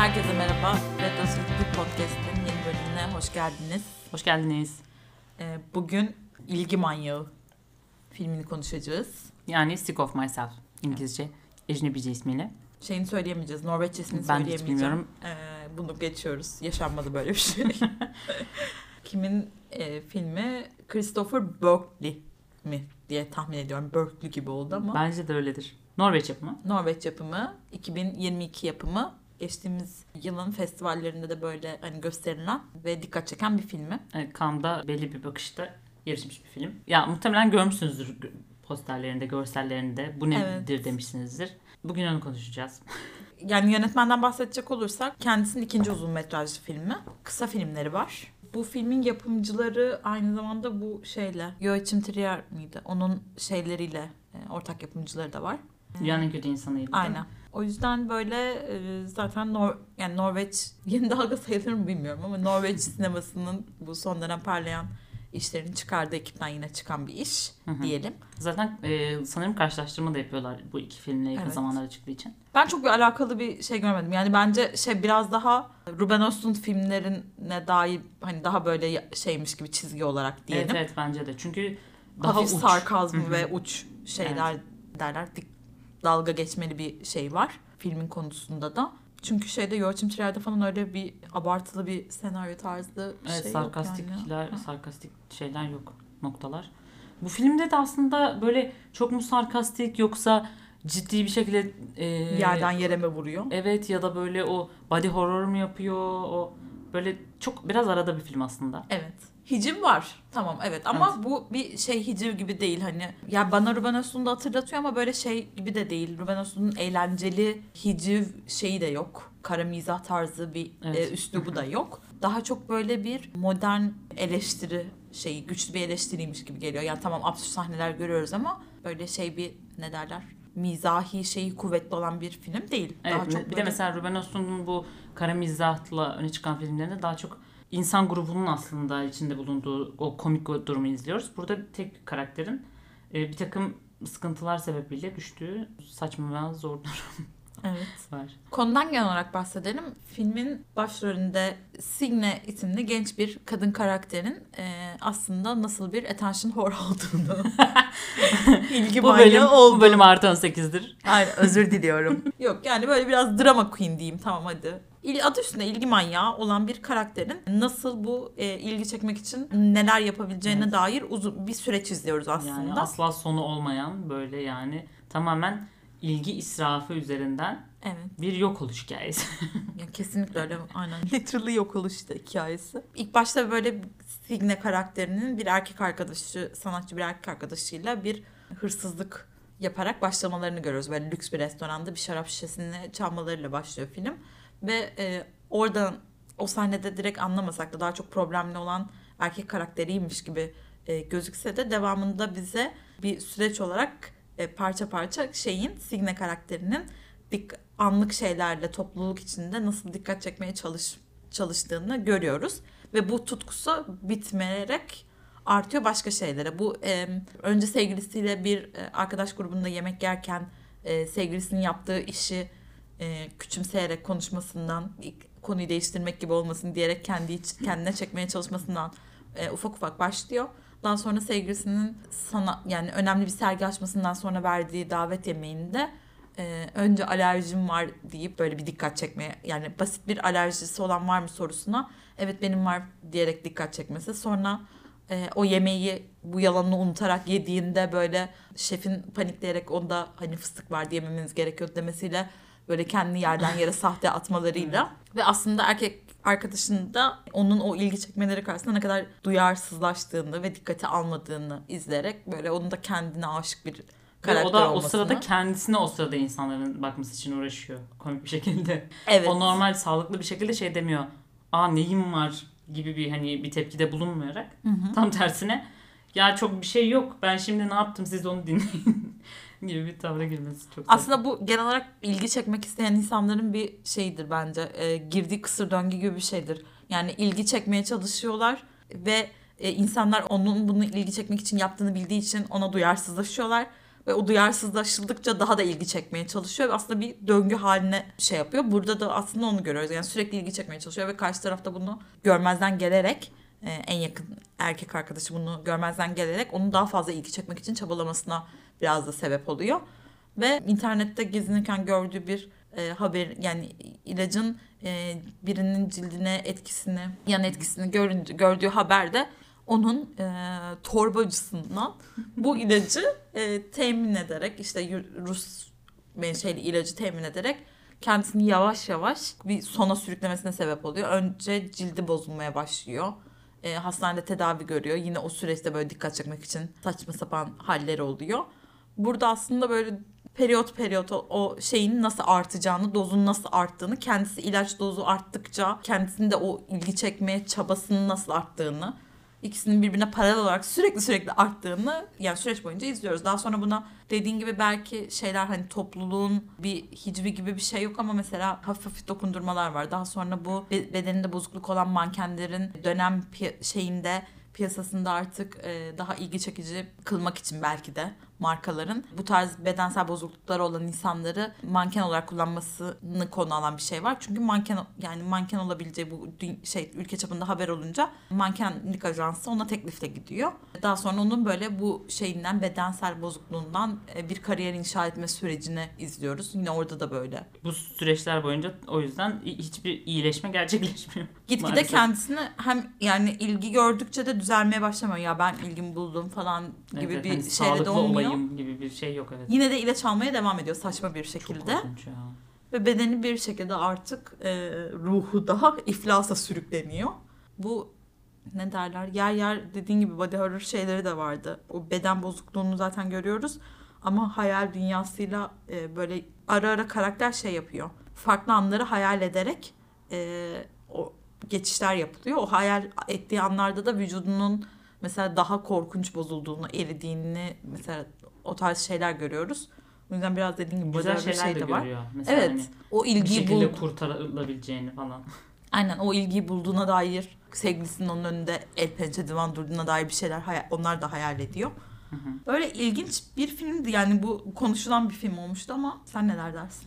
Herkese merhaba. Retrospektif Podcast'in yeni bölümüne hoş geldiniz. Hoş geldiniz. Bugün İlgi Manyağı filmini konuşacağız. Yani Sick of Myself İngilizce, ecnebice ismiyle. Şeyini söyleyemeyeceğiz, Norveççesini Ben söyleyemeyeceğim. hiç bilmiyorum. Bunu geçiyoruz. Yaşanmadı böyle bir şey. Kimin filmi? Christopher Berkeley mi diye tahmin ediyorum. Berkeley gibi oldu ama. Bence de öyledir. Norveç yapımı. Norveç yapımı, 2022 yapımı. Geçtiğimiz yılın festivallerinde de böyle hani gösterilen ve dikkat çeken bir filmi. Evet, Cannes'da belli bir bakışta yarışmış bir film. Ya muhtemelen görmüşsünüzdür posterlerinde, görsellerinde. Bu nedir demişsinizdir. Bugün onu konuşacağız. Yani yönetmenden bahsedecek olursak kendisinin ikinci uzun metrajlı filmi. Kısa filmleri var. Bu filmin yapımcıları aynı zamanda bu şeyle Joachim Trier miydi? Onun şeyleriyle ortak yapımcıları da var. Dünyanın en kötü insanıydı. Aynen. O yüzden böyle zaten yani Norveç yeni dalga sayılır mı bilmiyorum ama Norveç sinemasının bu son dönem parlayan işlerini çıkardığı ekipten yine çıkan bir iş diyelim. Zaten sanırım karşılaştırma da yapıyorlar bu iki filmle yakın zamanlarda çıktığı için. Ben çok bir alakalı bir şey görmedim. Yani bence biraz daha Ruben Östlund filmlerine dair hani daha böyle şeymiş gibi çizgi olarak diyelim. Evet bence de. Çünkü daha hafif uç. sarkazm ve uç şeyler derler. Dalga geçmeli bir şey var filmin konusunda da. Çünkü Joachim Trier'de falan öyle bir abartılı bir senaryo tarzı şey yok yani. Sarkastik şeyler yok, noktalar. Bu filmde de aslında böyle çok mu sarkastik yoksa ciddi bir şekilde yerden yere mi vuruyor? Evet, ya da böyle o body horror mu yapıyor? O böyle çok biraz arada bir film aslında. Evet. Hiciv var. Tamam evet ama bu bir hiciv gibi değil hani. Ya bana Ruben Östlund'u hatırlatıyor ama böyle gibi de değil. Ruben Östlund'un eğlenceli hiciv şeyi de yok. Kara mizah tarzı bir üslubu da yok. Daha çok böyle bir modern eleştiri güçlü bir eleştiriymiş gibi geliyor. Yani tamam absürt sahneler görüyoruz ama böyle bir ne derler? Mizahi kuvvetli olan bir film değil. Evet, daha çok bir böyle... de mesela Ruben Östlund'un bu kara mizahla öne çıkan filmlerinde daha çok insan grubunun aslında içinde bulunduğu o komik durumu izliyoruz. Burada tek karakterin bir takım sıkıntılar sebebiyle düştüğü saçma ve zor durum var. Konudan genel olarak bahsedelim. Filmin başrolünde Signe isimli genç bir kadın karakterin aslında nasıl bir attention whore olduğunu ilgi manyağı oldu. Bu bölüm artı 18'dir. Aynen, özür diliyorum. Yok yani böyle biraz drama queen diyeyim, tamam hadi. Adı üstünde ilgi manyağı olan bir karakterin nasıl bu ilgi çekmek için neler yapabileceğine dair uzun bir süreç izliyoruz aslında. Yani asla sonu olmayan böyle yani tamamen ilgi israfı üzerinden bir yok oluş hikayesi. Ya kesinlikle öyle, aynen. Literally yok oluş hikayesi. İlk başta böyle Signe karakterinin bir erkek arkadaşı, sanatçı bir erkek arkadaşıyla bir hırsızlık yaparak başlamalarını görüyoruz. Böyle lüks bir restoranda bir şarap şişesini çalmalarıyla başlıyor film. Ve oradan o sahnede direkt anlamasak da daha çok problemli olan erkek karakteriymiş gibi gözükse de devamında bize bir süreç olarak parça parça Signe karakterinin anlık şeylerle topluluk içinde nasıl dikkat çekmeye çalıştığını görüyoruz. Ve bu tutkusu bitmeyerek artıyor başka şeylere. Bu önce sevgilisiyle bir arkadaş grubunda yemek yerken sevgilisinin yaptığı işi küçümseyerek konuşmasından, konuyu değiştirmek gibi olmasın diyerek kendine çekmeye çalışmasından ufak ufak başlıyor. Daha sonra sevgilisinin yani önemli bir sergi açmasından sonra verdiği davet yemeğinde önce alerjim var deyip böyle bir dikkat çekmeye, yani basit bir alerjisi olan var mı sorusuna evet benim var diyerek dikkat çekmesi. Sonra o yemeği bu yalanını unutarak yediğinde böyle şefin panikleyerek onda hani fıstık var diyememeniz gerekiyor demesiyle böyle kendini yerden yere sahte atmalarıyla ve aslında erkek arkadaşının da onun o ilgi çekmeleri karşısında ne kadar duyarsızlaştığını ve dikkate almadığını izleyerek böyle onun da kendine aşık bir karakter olmasını. O da o sırada kendisine o sırada insanların bakması için uğraşıyor komik bir şekilde. Evet. O normal sağlıklı bir şekilde demiyor. Neyim var gibi bir tepkide bulunmayarak tam tersine ya çok bir şey yok, ben şimdi ne yaptım siz onu dinleyin gibi bir tavra girmesi çok aslında saçma. Bu genel olarak ilgi çekmek isteyen insanların bir şeyidir bence. Girdiği kısır döngü gibi bir şeydir. Yani ilgi çekmeye çalışıyorlar ve insanlar onun bunu ilgi çekmek için yaptığını bildiği için ona duyarsızlaşıyorlar. ve o duyarsızlaşıldıkça daha da ilgi çekmeye çalışıyor ve aslında bir döngü haline şey yapıyor. Burada da aslında onu görüyoruz. Yani sürekli ilgi çekmeye çalışıyor ve karşı tarafta bunu görmezden gelerek, en yakın erkek arkadaşı bunu görmezden gelerek onun daha fazla ilgi çekmek için çabalamasına biraz da sebep oluyor. Ve internette gezinirken gördüğü bir haber, yani ilacın birinin cildine etkisini, yan etkisini gördüğü haberde onun torbacısından bu ilacı temin ederek, işte Rus menşeli ilacı temin ederek kendisini yavaş yavaş bir sona sürüklemesine sebep oluyor. Önce cildi bozulmaya başlıyor. Hastanede tedavi görüyor. Yine o süreçte böyle dikkat çekmek için saçma sapan halleri oluyor. Burada aslında böyle periyot o şeyin nasıl artacağını, dozun nasıl arttığını, kendisi ilaç dozu arttıkça kendisinde o ilgi çekmeye çabasının nasıl arttığını, ikisinin birbirine paralel olarak sürekli arttığını yani süreç boyunca izliyoruz. Daha sonra buna dediğin gibi belki şeyler, hani topluluğun bir hicvi gibi bir şey yok ama mesela hafif dokundurmalar var. Daha sonra bu bedeninde bozukluk olan mankenlerin dönem piyasasında artık daha ilgi çekici kılmak için belki de markaların bu tarz bedensel bozuklukları olan insanları manken olarak kullanmasını konu alan bir şey var. Çünkü manken olabileceği bu ülke çapında haber olunca mankenlik ajansı ona teklifle gidiyor. Daha sonra onun böyle bu şeyinden, bedensel bozukluğundan bir kariyer inşa etme sürecini izliyoruz. Yine orada da böyle. Bu süreçler boyunca o yüzden hiçbir iyileşme gerçekleşmiyor. Gitgide maalesef. kendisini hem yani ilgi gördükçe de düzelmeye başlamıyor. Ya ben ilgimi buldum falan gibi evet, bir hani şeyle de olmuyor. gibi bir şey yok, evet. Yine de ilaç almaya devam ediyor saçma bir şekilde. Çok korkunç ya. Ve bedeni bir şekilde artık ruhu daha iflasa sürükleniyor. Bu ne derler? Yer dediğin gibi body horror şeyleri de vardı. O beden bozukluğunu zaten görüyoruz. Ama hayal dünyasıyla böyle ara karakter şey yapıyor. Farklı anları hayal ederek o geçişler yapılıyor. O hayal ettiği anlarda da vücudunun mesela daha korkunç bozulduğunu, eridiğini, mesela o tarz şeyler görüyoruz. O yüzden biraz dediğim gibi güzel bir şeyler şey de de var. görüyor. Mesela evet. Hani o bir ilgiyi şekilde kurtarılabileceğini falan. Aynen, o ilgiyi bulduğuna dair, sevgilisinin onun önünde el pençe divan durduğuna dair bir şeyler onlar da hayal ediyor. Hı hı. Böyle ilginç bir filmdi yani, bu konuşulan bir film olmuştu ama sen neler dersin?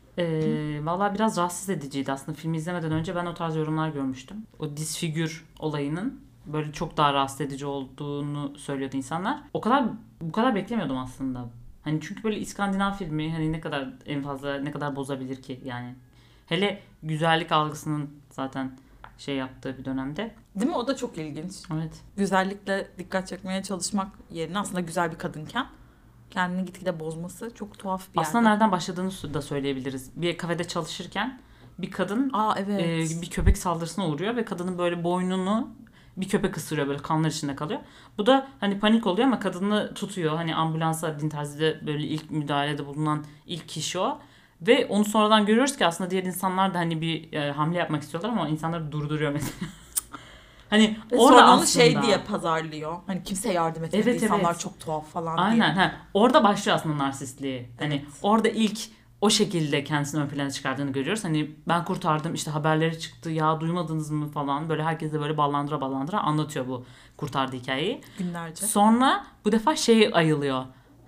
Vallahi biraz rahatsız ediciydi aslında. Filmi izlemeden önce ben o tarz yorumlar görmüştüm. O disfigür olayının böyle çok daha rahatsız edici olduğunu söylüyordu insanlar. Bu kadar beklemiyordum aslında. Hani çünkü böyle İskandinav filmi hani en fazla ne kadar bozabilir ki yani. Hele güzellik algısının zaten şey yaptığı bir dönemde. Değil mi? O da çok ilginç. Evet. Güzellikle dikkat çekmeye çalışmak yerine aslında güzel bir kadınken kendini gitgide bozması çok tuhaf bir yerde. Aslında nereden başladığını da söyleyebiliriz. Bir kafede çalışırken bir kadın evet. Bir köpek saldırısına uğruyor ve kadının böyle boynunu bir köpek ısırıyor, böyle kanlar içinde kalıyor. Bu da hani panik oluyor ama kadını tutuyor. Hani ambulansa Dinterzi'de böyle ilk müdahalede bulunan ilk kişi o. Ve onu sonradan görüyoruz ki aslında diğer insanlar da hani bir hamle yapmak istiyorlar ama insanları durduruyor mesela. Hani ve orada sonra onu aslında şey diye pazarlıyor. Hani kimse yardım etmedi. Evet, insanlar evet. çok tuhaf falan Aynen, diye. orada başlıyor aslında narsistliği. Hani Evet. orada ilk o şekilde kendisini ön plana çıkardığını görüyoruz. Hani ben kurtardım, işte haberleri çıktı ya, duymadınız mı falan. Böyle herkese böyle ballandıra anlatıyor bu kurtardığı hikayeyi. Günlerce. Sonra bu defa ayılıyor.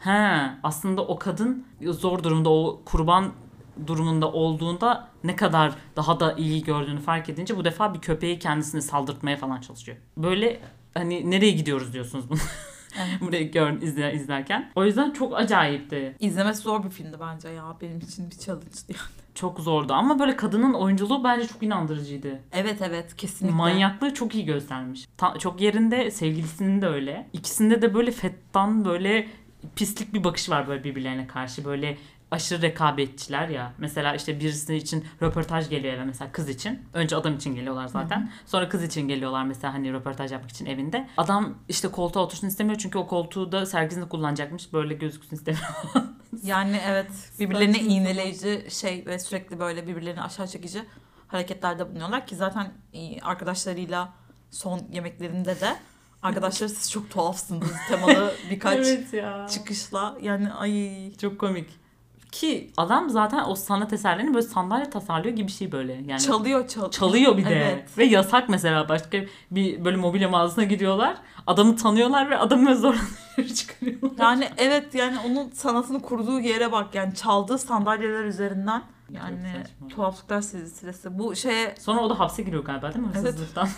Aslında o kadın zor durumda, o kurban durumunda olduğunda ne kadar daha da iyi gördüğünü fark edince bu defa bir köpeği kendisine saldırtmaya falan çalışıyor. Böyle hani nereye gidiyoruz diyorsunuz bunu. Evet. Burayı izlerken. O yüzden çok acayipti. İzlemesi zor bir filmdi bence ya. Benim için bir challenge'dı yani. Çok zordu ama böyle kadının oyunculuğu bence çok inandırıcıydı. Evet kesinlikle. Manyaklığı çok iyi göstermiş. Çok yerinde, sevgilisinin de öyle. İkisinde de böyle fettan, böyle pislik bir bakış var böyle birbirlerine karşı. Böyle aşırı rekabetçiler ya. Mesela işte birisi için röportaj geliyor eve, mesela kız için. Önce adam için geliyorlar zaten. Hı-hı. Sonra kız için geliyorlar mesela, hani röportaj yapmak için evinde. Adam işte koltuğa otursun istemiyor çünkü o koltuğu da sergisinde kullanacakmış. Böyle gözüksün istemiyor. Yani evet, birbirlerine iğneleyici ve sürekli böyle birbirlerini aşağı çekici hareketlerde bulunuyorlar ki zaten arkadaşlarıyla son yemeklerinde de arkadaşlar siz çok tuhafsınız temalı birkaç evet ya. çıkışla, yani ay çok komik. Ki adam zaten o sanat eserlerini böyle sandalye tasarlıyor gibi bir şey böyle. Yani Çalıyor bir de. Evet. Ve yasak mesela, başka bir böyle mobilya mağazasına gidiyorlar. Adamı tanıyorlar ve adamı zorla dışarı çıkarıyorlar. Yani evet, yani onun sanatını kurduğu yere bak, yani çaldığı sandalyeler üzerinden. Yani tuhaflıklar silsilesi. Bu şeye... Sonra o da hapse giriyor galiba değil mi? Evet. Hırsızlıktan.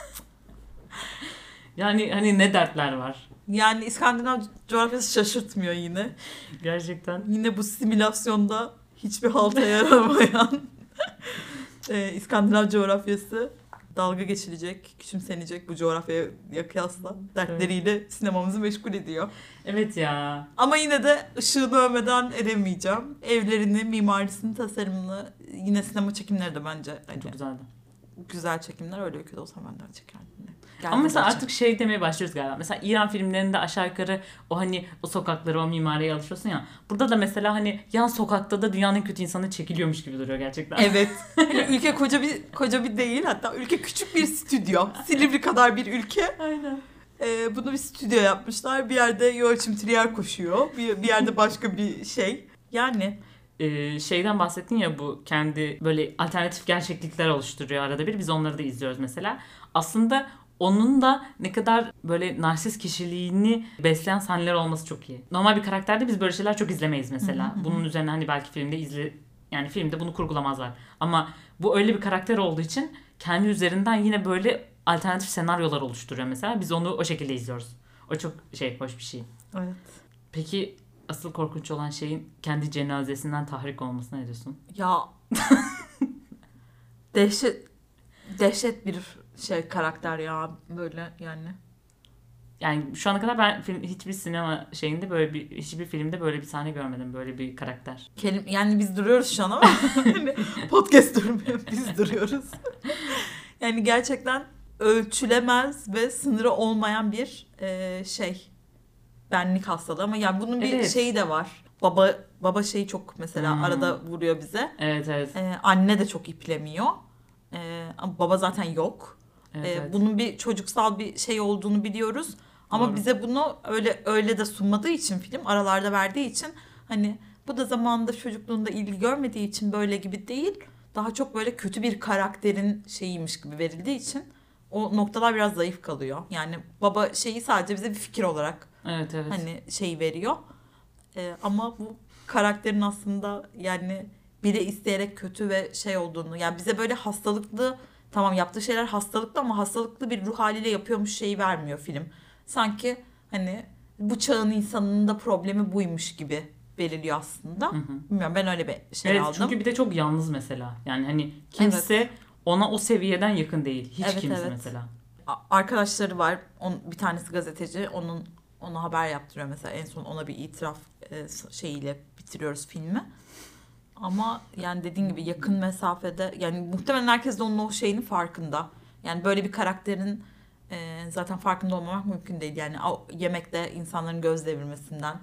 Yani hani ne dertler var. Yani İskandinav coğrafyası şaşırtmıyor yine. Gerçekten. Yine bu simülasyonda hiçbir halta yaramayan İskandinav coğrafyası dalga geçilecek, küçümsenecek bu coğrafyaya kıyasla dertleriyle sinemamızı meşgul ediyor. Evet ya. Ama yine de ışığını övmeden edemeyeceğim. Evlerini, mimarisini, tasarımını, yine sinema çekimleri de bence Çok güzeldi. güzel çekimler. Öyle ülkede olsam ben de çekerdim. Ama mesela artık şey demeye başlıyoruz galiba. Mesela İran filmlerinde aşağı yukarı o hani o sokaklara, o mimariye alışıyorsun ya. Burada da mesela hani yan sokakta da dünyanın en kötü insanı çekiliyormuş gibi duruyor gerçekten. Evet. Ülke koca bir değil, hatta ülke küçük bir stüdyo. Silivri kadar bir ülke. Aynen. Bunu bir stüdyo yapmışlar. Bir yerde Joachim Trier koşuyor. Bir yerde başka bir şey. Yani şeyden bahsettin ya, bu kendi böyle alternatif gerçeklikler oluşturuyor arada bir. Biz onları da izliyoruz mesela. Aslında onun da ne kadar böyle narsist kişiliğini besleyen sahneler olması çok iyi. Normal bir karakterde biz böyle şeyler çok izlemeyiz mesela. Bunun üzerine hani belki filmde yani filmde bunu kurgulamazlar. Ama bu öyle bir karakter olduğu için kendi üzerinden yine böyle alternatif senaryolar oluşturuyor mesela. Biz onu o şekilde izliyoruz. O çok hoş bir şey. evet. Peki asıl korkunç olan şeyin kendi cenazesinden tahrik olmasına ne diyorsun? Ya dehşet bir karakter ya, böyle yani. Yani şu ana kadar ben hiçbir sinema şeyinde hiçbir filmde böyle bir sahne görmedim, böyle bir karakter. Yani biz duruyoruz şu an ama podcast durmuyor, biz duruyoruz. Yani gerçekten ölçülemez ve sınırı olmayan bir benlik hastalığı, ama yani bunun bir şeyi de var. Baba şeyi çok mesela arada vuruyor bize. Evet. Anne de çok iplemiyor. Ama baba zaten yok. Evet. Bunun bir çocuksal bir şey olduğunu biliyoruz. Ama Doğru. bize bunu öyle de sunmadığı için, film aralarda verdiği için, hani bu da zamanında çocukluğunda ilgi görmediği için böyle gibi değil. Daha çok böyle kötü bir karakterin şeyiymiş gibi verildiği için o noktalar biraz zayıf kalıyor. Yani baba şeyi sadece bize bir fikir olarak Evet. hani veriyor. Ama bu karakterin aslında yani bile isteyerek kötü ve olduğunu, yani bize böyle hastalıklı, tamam yaptığı şeyler hastalıklı ama hastalıklı bir ruh haliyle yapıyormuş şeyi vermiyor film. Sanki hani bu çağın insanının da problemi buymuş gibi veriliyor aslında. Bilmiyorum, ben öyle bir şey aldım. Çünkü bir de çok yalnız mesela. Yani hani kimse ona o seviyeden yakın değil. Hiç kimse mesela. Arkadaşları var. Bir tanesi gazeteci. Ona haber yaptırıyor mesela. En son ona bir itiraf şeyiyle bitiriyoruz filmi. Ama yani dediğin gibi yakın mesafede, yani muhtemelen herkes de onun o şeyinin farkında. Yani böyle bir karakterin zaten farkında olmamak mümkün değil. Yani o yemekte insanların göz devirmesinden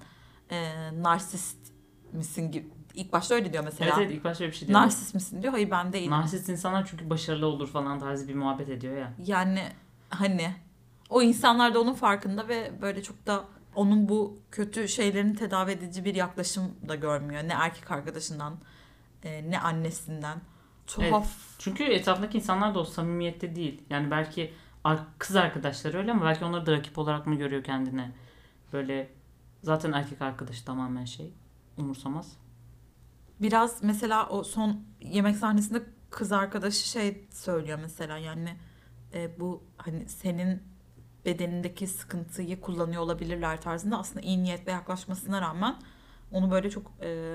narsist misin gibi. İlk başta öyle diyor mesela. Evet ilk başta öyle bir şey diyor. Narsist misin diyor. Hayır, ben değilim. Narsist insanlar çünkü başarılı olur falan tarzı bir muhabbet ediyor ya. Yani hani o insanlar da onun farkında ve böyle çok da onun bu kötü şeylerini tedavi edici bir yaklaşım da görmüyor. Ne erkek arkadaşından ne annesinden. Tuhaf. Evet, çünkü etrafındaki insanlar da o samimiyette değil. Yani belki kız arkadaşları öyle ama belki onları da rakip olarak mı görüyor kendine? Böyle zaten erkek arkadaşı tamamen umursamaz. Biraz mesela o son yemek sahnesinde kız arkadaşı söylüyor mesela, yani bu hani senin bedenindeki sıkıntıyı kullanıyor olabilirler tarzında, aslında iyi niyetle yaklaşmasına rağmen onu böyle çok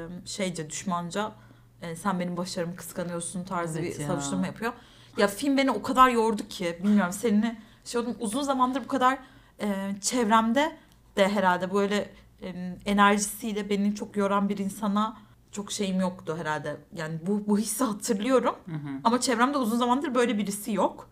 düşmanca sen benim başarımı kıskanıyorsun tarzı bir savuşturma yapıyor. Ya film beni o kadar yordu ki, bilmiyorum seninle oldum, uzun zamandır bu kadar çevremde de herhalde böyle enerjisiyle beni çok yoran bir insana çok şeyim yoktu herhalde. Yani bu hissi hatırlıyorum. Ama çevremde uzun zamandır böyle birisi yok.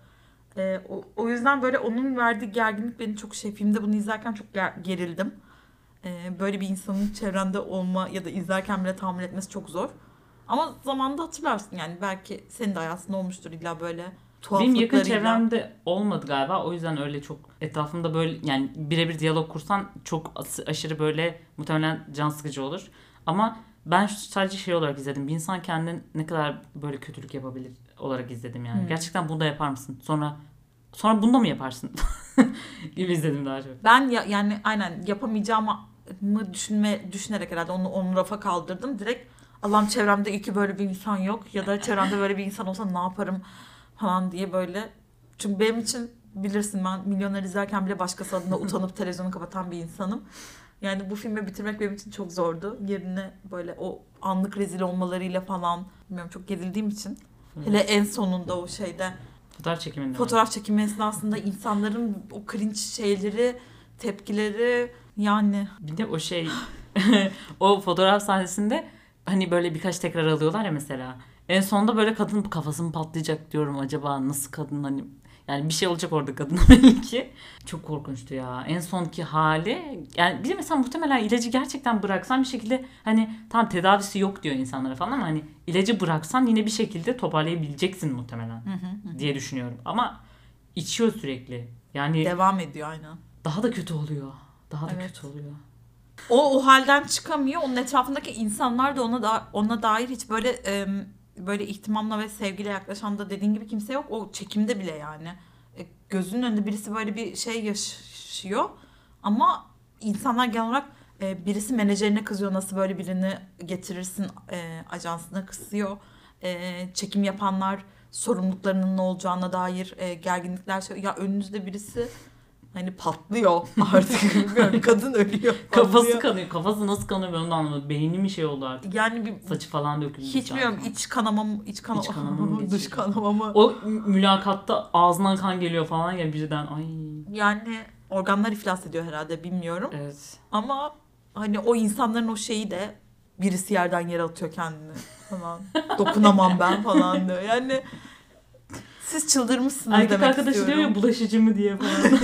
O yüzden böyle onun verdiği gerginlik beni çok filmde bunu izlerken çok gerildim. Böyle bir insanın çevrende olma ya da izlerken bile tahammül etmesi çok zor. Ama zamanında hatırlarsın, yani belki senin de hayatında olmuştur illa böyle tuhaflıklarıyla. Benim yakın çevremde olmadı galiba, o yüzden öyle çok etrafımda böyle yani birebir diyalog kursan çok aşırı böyle muhtemelen can sıkıcı olur. Ama Ben sadece şey olarak izledim. Bir insan kendine ne kadar böyle kötülük yapabilir olarak izledim yani. Gerçekten bunu da yapar mısın? Sonra bunu da mı yaparsın? gibi izledim daha çok. Ben yani aynen yapamayacağımı düşünerek herhalde onu rafa kaldırdım. Direkt Allah'ım çevremde iyi ki böyle bir insan yok ya da çevremde böyle bir insan olsa ne yaparım falan diye böyle. Çünkü benim için bilirsin ben Milyoner izlerken bile başkası adına utanıp televizyonu kapatan bir insanım. Yani bu filmi bitirmek benim için çok zordu. Yerine böyle o anlık rezil olmalarıyla falan bilmiyorum çok gerildiğim için. Hele en sonunda o şeyde fotoğraf çekimi esnasında insanların o cringe şeyleri, tepkileri yani. Bir de o o fotoğraf sahnesinde hani böyle birkaç tekrar alıyorlar ya mesela. En sonunda böyle kadın kafası mı patlayacak diyorum acaba nasıl kadın hani yani bir şey olacak orada kadına belli ki. Çok korkunçtu ya. En sonki hali yani bir de mesela muhtemelen ilacı gerçekten bıraksan bir şekilde hani tam tedavisi yok diyor insanlara falan ama hani ilacı bıraksan yine bir şekilde toparlayabileceksin muhtemelen diye düşünüyorum. Ama içiyor sürekli. Yani devam ediyor aynen. Daha da kötü oluyor. Kötü oluyor. O halden çıkamıyor. Onun etrafındaki insanlar da ona dair hiç böyle ihtimamla ve sevgiyle yaklaşan da dediğin gibi kimse yok. O çekimde bile yani. Gözünün önünde birisi böyle bir şey yaşıyor. Ama insanlar genel olarak birisi menajerine kızıyor. Nasıl böyle birini getirirsin ajansına kısıyor. Çekim yapanlar sorumluluklarının ne olacağına dair gerginlikler. Ya önünüzde birisi hani patlıyor artık bilmiyorum. Kadın ölüyor. Kafası kanıyor. Kafası nasıl kanıyor ben onu da anlamadım. Beyni mi şey oldu artık? Yani bir saçı falan döküldü. Hiç bilmiyorum. İç kanama mı, dış kanama mı? O mülakatta ağzından kan geliyor falan ya birden. Ay. Yani organlar iflas ediyor herhalde bilmiyorum. Evet. Ama hani o insanların o şeyi de birisi yerden yere atıyor kendini falan. Dokunamam ben falan diyor. Yani siz çıldırmışsınız erkek demek arkadaşı istiyorum. diyor ya bulaşıcı mı diye falan.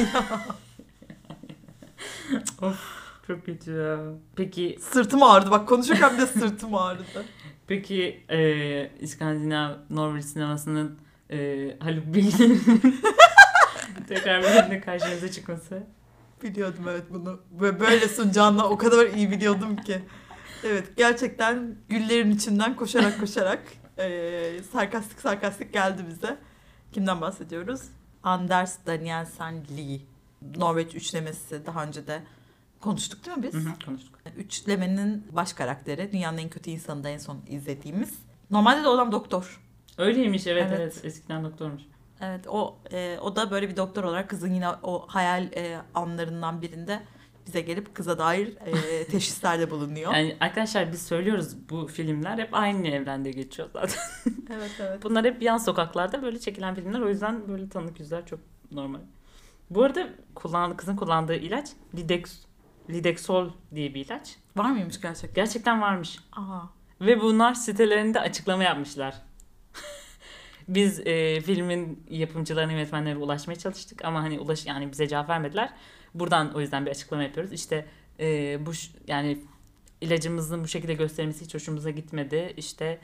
Of çok kötü ya. Peki. Sırtım ağrıdı bak konuşurken bir de sırtım ağrıdı. Peki İskandinav Norveç sinemasının Haluk Bilginer'in tekrar bir filmde karşımıza çıkması. Biliyordum evet bunu. Böyle sunacağını o kadar iyi biliyordum ki. Evet gerçekten güllerin içinden koşarak sarkastik geldi bize. Kimden bahsediyoruz? Anders Danielsen Lie. Norveç üçlemesi daha önce de konuştuk değil mi biz? Hı, konuştuk. Üçlemenin baş karakteri. Dünyanın en kötü insanı da en son izlediğimiz. Normalde de olan doktor. Öyleymiş evet. Eskiden doktormuş. Evet o da böyle bir doktor olarak kızın yine o hayal anlarından birinde bize gelip kıza dair teşhislerde bulunuyor. Yani arkadaşlar biz söylüyoruz bu filmler hep aynı evrende geçiyor zaten. Evet. Bunlar hep yan sokaklarda böyle çekilen filmler. O yüzden böyle tanıdık yüzler çok normal. Bu arada kızın kullandığı ilaç Lidexol diye bir ilaç. Var mıymış gerçekten? Gerçekten varmış. Aha. Ve bunlar sitelerinde açıklama yapmışlar. Biz filmin yapımcılarına, yönetmenlerine ulaşmaya çalıştık ama hani yani bize cevap vermediler. Buradan o yüzden bir açıklama yapıyoruz. İşte yani ilacımızın bu şekilde gösterilmesi hiç hoşumuza gitmedi. İşte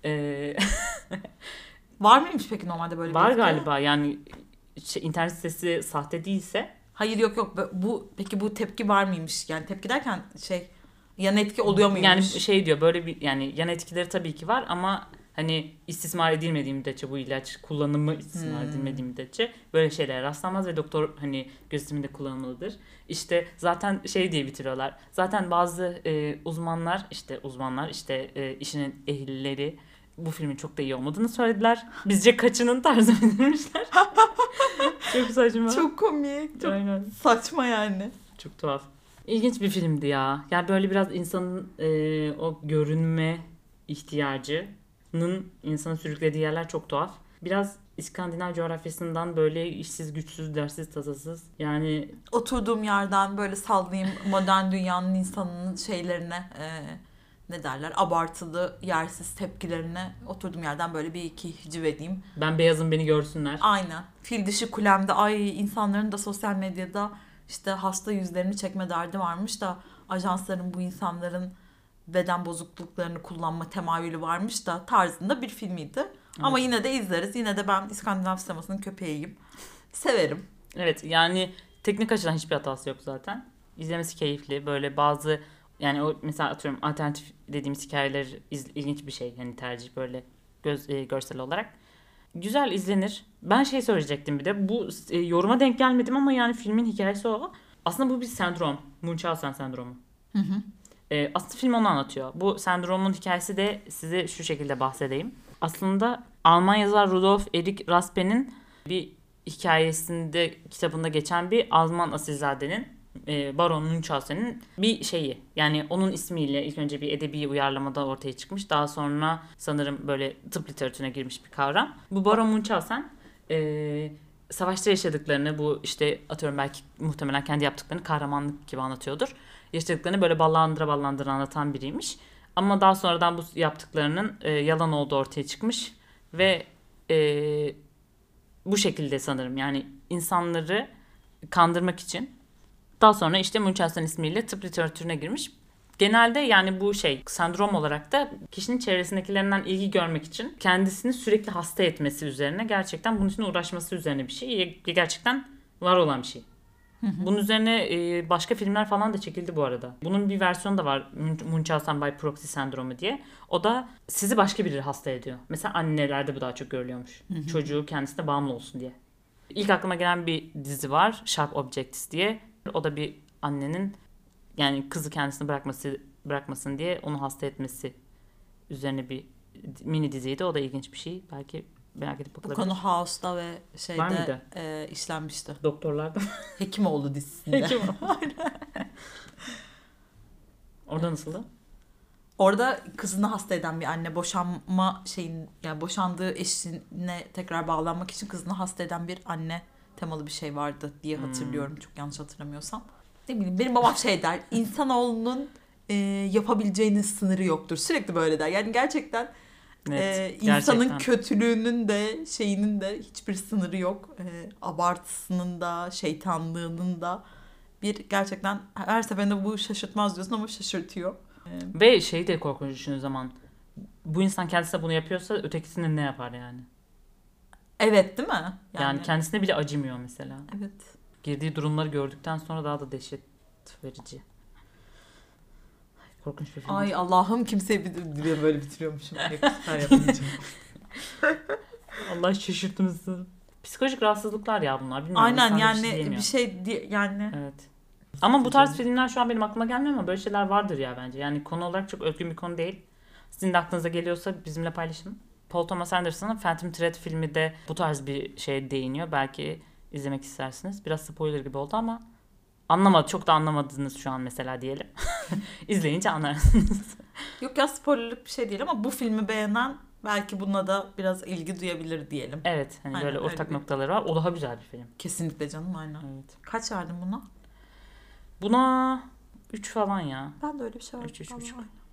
var mıymış peki normalde böyle bir var galiba. Yani internet sitesi sahte değilse. Hayır yok. Peki bu tepki var mıymış? Yani tepki derken yan etki oluyor muymuş? Yani diyor böyle bir yani yan etkileri tabii ki var ama hani istismar edilmediği müddetçe bu ilaç kullanımı istismar edilmediği müddetçe böyle şeylere rastlanmaz ve doktor hani gözetiminde kullanılmalıdır. İşte zaten diye bitiriyorlar. Zaten bazı uzmanlar işinin ehlileri bu filmin çok da iyi olmadığını söylediler. Bizce kaçının tarzı edilmişler. Çok saçma. Çok komik. Çok aynen. Saçma yani. Çok tuhaf. İlginç bir filmdi ya. Yani böyle biraz insanın o görünme ihtiyacının insanı sürüklediği yerler çok tuhaf. Biraz İskandinav coğrafyasından böyle işsiz, güçsüz, dersiz, tasasız. Yani oturduğum yerden böyle sallayayım modern dünyanın insanının şeylerine ne derler abartılı yersiz tepkilerine oturduğum yerden böyle bir iki hiciv edeyim. Ben beyazım beni görsünler. Aynen. Fil dişi kulemde insanların da sosyal medyada işte hasta yüzlerini çekme derdi varmış da ajansların bu insanların beden bozukluklarını kullanma temayülü varmış da tarzında bir filmiydi. Evet. Ama yine de izleriz. Yine de ben İskandinav sinemasının köpeğiyim. Severim. Evet yani teknik açıdan hiçbir hatası yok zaten. İzlemesi keyifli. Böyle bazı Yani o mesela atıyorum alternatif dediğimiz hikayeler ilginç bir şey. Yani tercih böyle görsel olarak. Güzel izlenir. Ben şey söyleyecektim bir de. Bu yoruma denk gelmedim ama yani filmin hikayesi o. Aslında bu bir sendrom. Munchausen sendromu. Hı hı. Aslında film onu anlatıyor. Bu sendromun hikayesi de size şu şekilde bahsedeyim. Aslında Alman yazar Rudolf Erich Raspe'nin bir hikayesinde, kitabında geçen bir Alman asilzadenin, Baron Munchausen'in bir şeyi. Yani onun ismiyle ilk önce bir edebi uyarlamada ortaya çıkmış. Daha sonra sanırım böyle tıp literatürüne girmiş bir kavram. Bu Baron Munchausen savaşta yaşadıklarını, bu işte atıyorum belki muhtemelen kendi yaptıklarını kahramanlık gibi anlatıyordur. Yaşadıklarını böyle ballandıra anlatan biriymiş. Ama daha sonradan bu yaptıklarının yalan olduğu ortaya çıkmış. Ve bu şekilde sanırım yani insanları kandırmak için daha sonra işte Munchausen ismiyle tıp literatürüne girmiş. Genelde yani bu şey sendrom olarak da kişinin çevresindekilerinden ilgi görmek için kendisini sürekli hasta etmesi üzerine, gerçekten bunun için uğraşması üzerine bir şey. Gerçekten var olan bir şey. Bunun üzerine başka filmler falan da çekildi bu arada. Bunun bir versiyonu da var, Munchausen by proxy sendromu diye. O da sizi başka biri hasta ediyor. Mesela annelerde bu daha çok görülüyormuş. Çocuğu kendisine bağımlı olsun diye. İlk aklıma gelen bir dizi var, Sharp Objects diye. O da bir annenin yani kızı kendisini bırakmasın diye onu hasta etmesi üzerine bir mini diziydi. O da ilginç bir şey. Belki merak edip bakılabilir. Bu konu House'da ve şeyde işlenmişti. Doktorlarda. Hekimoğlu dizisinde. Hekimoğlu. Orada nasıldı? Orada kızını hasta eden bir anne, boşanma yani boşandığı eşine tekrar bağlanmak için kızını hasta eden bir anne temalı bir şey vardı diye hatırlıyorum. Çok yanlış hatırlamıyorsam. Ne bileyim, benim babam şey der. İnsanoğlunun yapabileceğinin sınırı yoktur. Sürekli böyle der. Yani gerçekten insanın kötülüğünün de şeyinin de hiçbir sınırı yok. Abartısının da, şeytanlığının da gerçekten her seferinde bu şaşırtmaz diyorsun ama şaşırtıyor. Ve şey de korkunç düşündüğün zaman, bu insan kendisi bunu yapıyorsa ötekisinin ne yapar yani? Evet, değil mi? Yani kendisine bile acımıyor mesela. Evet. Girdiği durumları gördükten sonra daha da dehşet verici. Korkunç bir film. Ay Allah'ım, kimseyi böyle bitiriyormuşum. Her yapamayacağım. Allah şaşırttınız. Psikolojik rahatsızlıklar ya bunlar. Bilmiyorum, aynen yani bir şey yani. Evet. Ama bu tarz filmler şu an benim aklıma gelmiyor ama böyle şeyler vardır ya bence. Yani konu olarak çok özgün bir konu değil. Sizin de aklınıza geliyorsa bizimle paylaşın. Paul Thomas Anderson'ın Phantom Thread filmi de bu tarz bir şeye değiniyor. Belki izlemek istersiniz. Biraz spoiler gibi oldu ama çok da anlamadınız şu an mesela diyelim. İzleyince anlarsınız. Yok ya, spoilerlık bir şey değil ama bu filmi beğenen belki buna da biraz ilgi duyabilir diyelim. Evet, hani aynen, böyle ortak noktaları var. O daha güzel bir film. Kesinlikle canım, aynen. Evet. Kaç verdin buna? Buna 3 falan ya. Ben de öyle bir şey var. 3,5.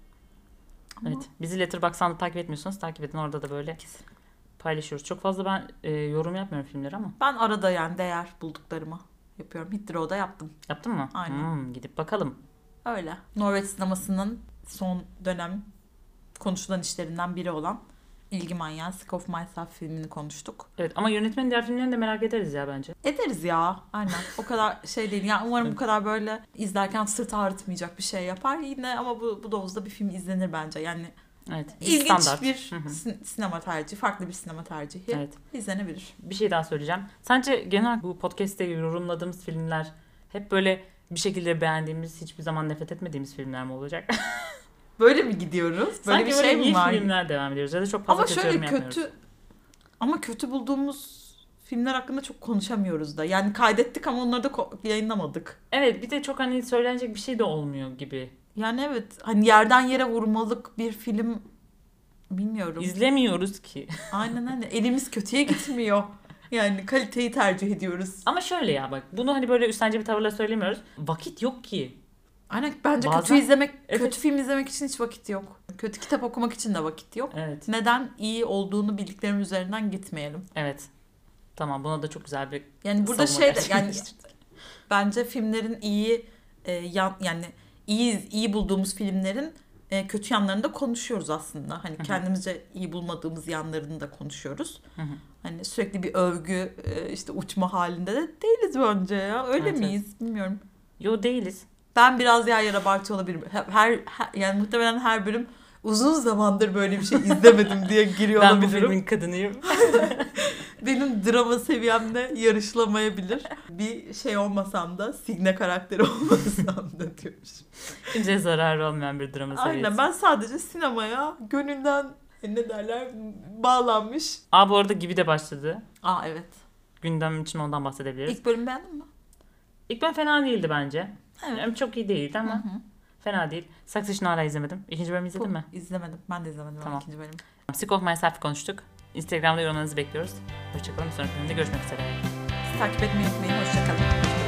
Evet. Bizi Letterboxd'dan takip etmiyorsanız takip edin. Orada da böyle kesinlikle paylaşıyoruz. Çok fazla ben yorum yapmıyorum filmleri ama. Ben arada yani değer bulduklarımı yapıyorum. Hit the Road'a yaptım. Yaptın mı? Aynen. Gidip bakalım. Öyle. Norveç sinemasının son dönem konuşulan işlerinden biri olan İlgi Manyağı Sick of Myself filmini konuştuk. Evet, ama yönetmenin diğer filmlerini de merak ederiz ya bence. Ederiz ya. Aynen. O kadar şey değil. Yani umarım bu kadar böyle izlerken sırt ağrıtmayacak bir şey yapar. Yine ama bu dozda bir film izlenir bence. Yani evet, ilginç standart bir sinema tercihi. Farklı bir sinema tercihi. Evet. İzlenebilir. Bir şey daha söyleyeceğim. Sence genel bu podcast'te yorumladığımız filmler hep böyle bir şekilde beğendiğimiz, hiçbir zaman nefret etmediğimiz filmler mi olacak? Böyle mi gidiyoruz? Böyle sanki bir şey mi var? Sanki filmler devam ediyoruz ya da çok fazla kötü yorum yapmıyoruz. Ama kötü bulduğumuz filmler hakkında çok konuşamıyoruz da. Yani kaydettik ama onları da yayınlamadık. Evet, bir de çok hani söylenecek bir şey de olmuyor gibi. Yani evet, hani yerden yere vurmalık bir film bilmiyorum. İzlemiyoruz ki. Aynen öyle. Elimiz kötüye gitmiyor. Yani kaliteyi tercih ediyoruz. Ama şöyle ya bak, bunu hani böyle üstence bir tavırla söylemiyoruz. Vakit yok ki. Aynen, bence bazen, kötü film izlemek için hiç vakit yok. Kötü kitap okumak için de vakit yok. Evet. Neden iyi olduğunu bildiklerim üzerinden gitmeyelim? Evet. Tamam, buna da çok güzel bir yani burada yani bence filmlerin yani iyi bulduğumuz filmlerin kötü yanlarını da konuşuyoruz aslında. Hani kendimizce iyi bulmadığımız yanlarını da konuşuyoruz. Hani sürekli bir övgü, işte uçma halinde de değiliz bence ya. Öyle miyiz? Evet. Bilmiyorum. Yo, değiliz. Ben biraz yer abartı olabilirim. Yani muhtemelen her bölüm uzun zamandır böyle bir şey izlemedim diye giriyor Ben bu olabilirim. filmin kadınıyım. Benim drama seviyemle yarışılamayabilir. Bir şey olmasam da, Signe karakteri olmasam da diyormuşum. Kimseye zararı olmayan bir drama seviyesi. Aynen, ben sadece sinemaya gönülden ne derler bağlanmış. Bu arada Gibi de başladı. Evet. Gündem için ondan bahsedebiliriz. İlk bölüm beğendin mi? İlk bölüm fena değildi bence. Evet. Yani çok iyi değildi ama Hı-hı. fena değil. Succession'ı hala izlemedim. İkinci bölümü izledin mi? İzlemedim. Ben de izlemedim Tamam. ikinci bölümü. Sick of Myself'ı konuştuk. Instagram'da yorumlarınızı bekliyoruz. Hoşçakalın. Bir sonraki bölümde görüşmek üzere. Takip etmeyi unutmayın. Hoşçakalın.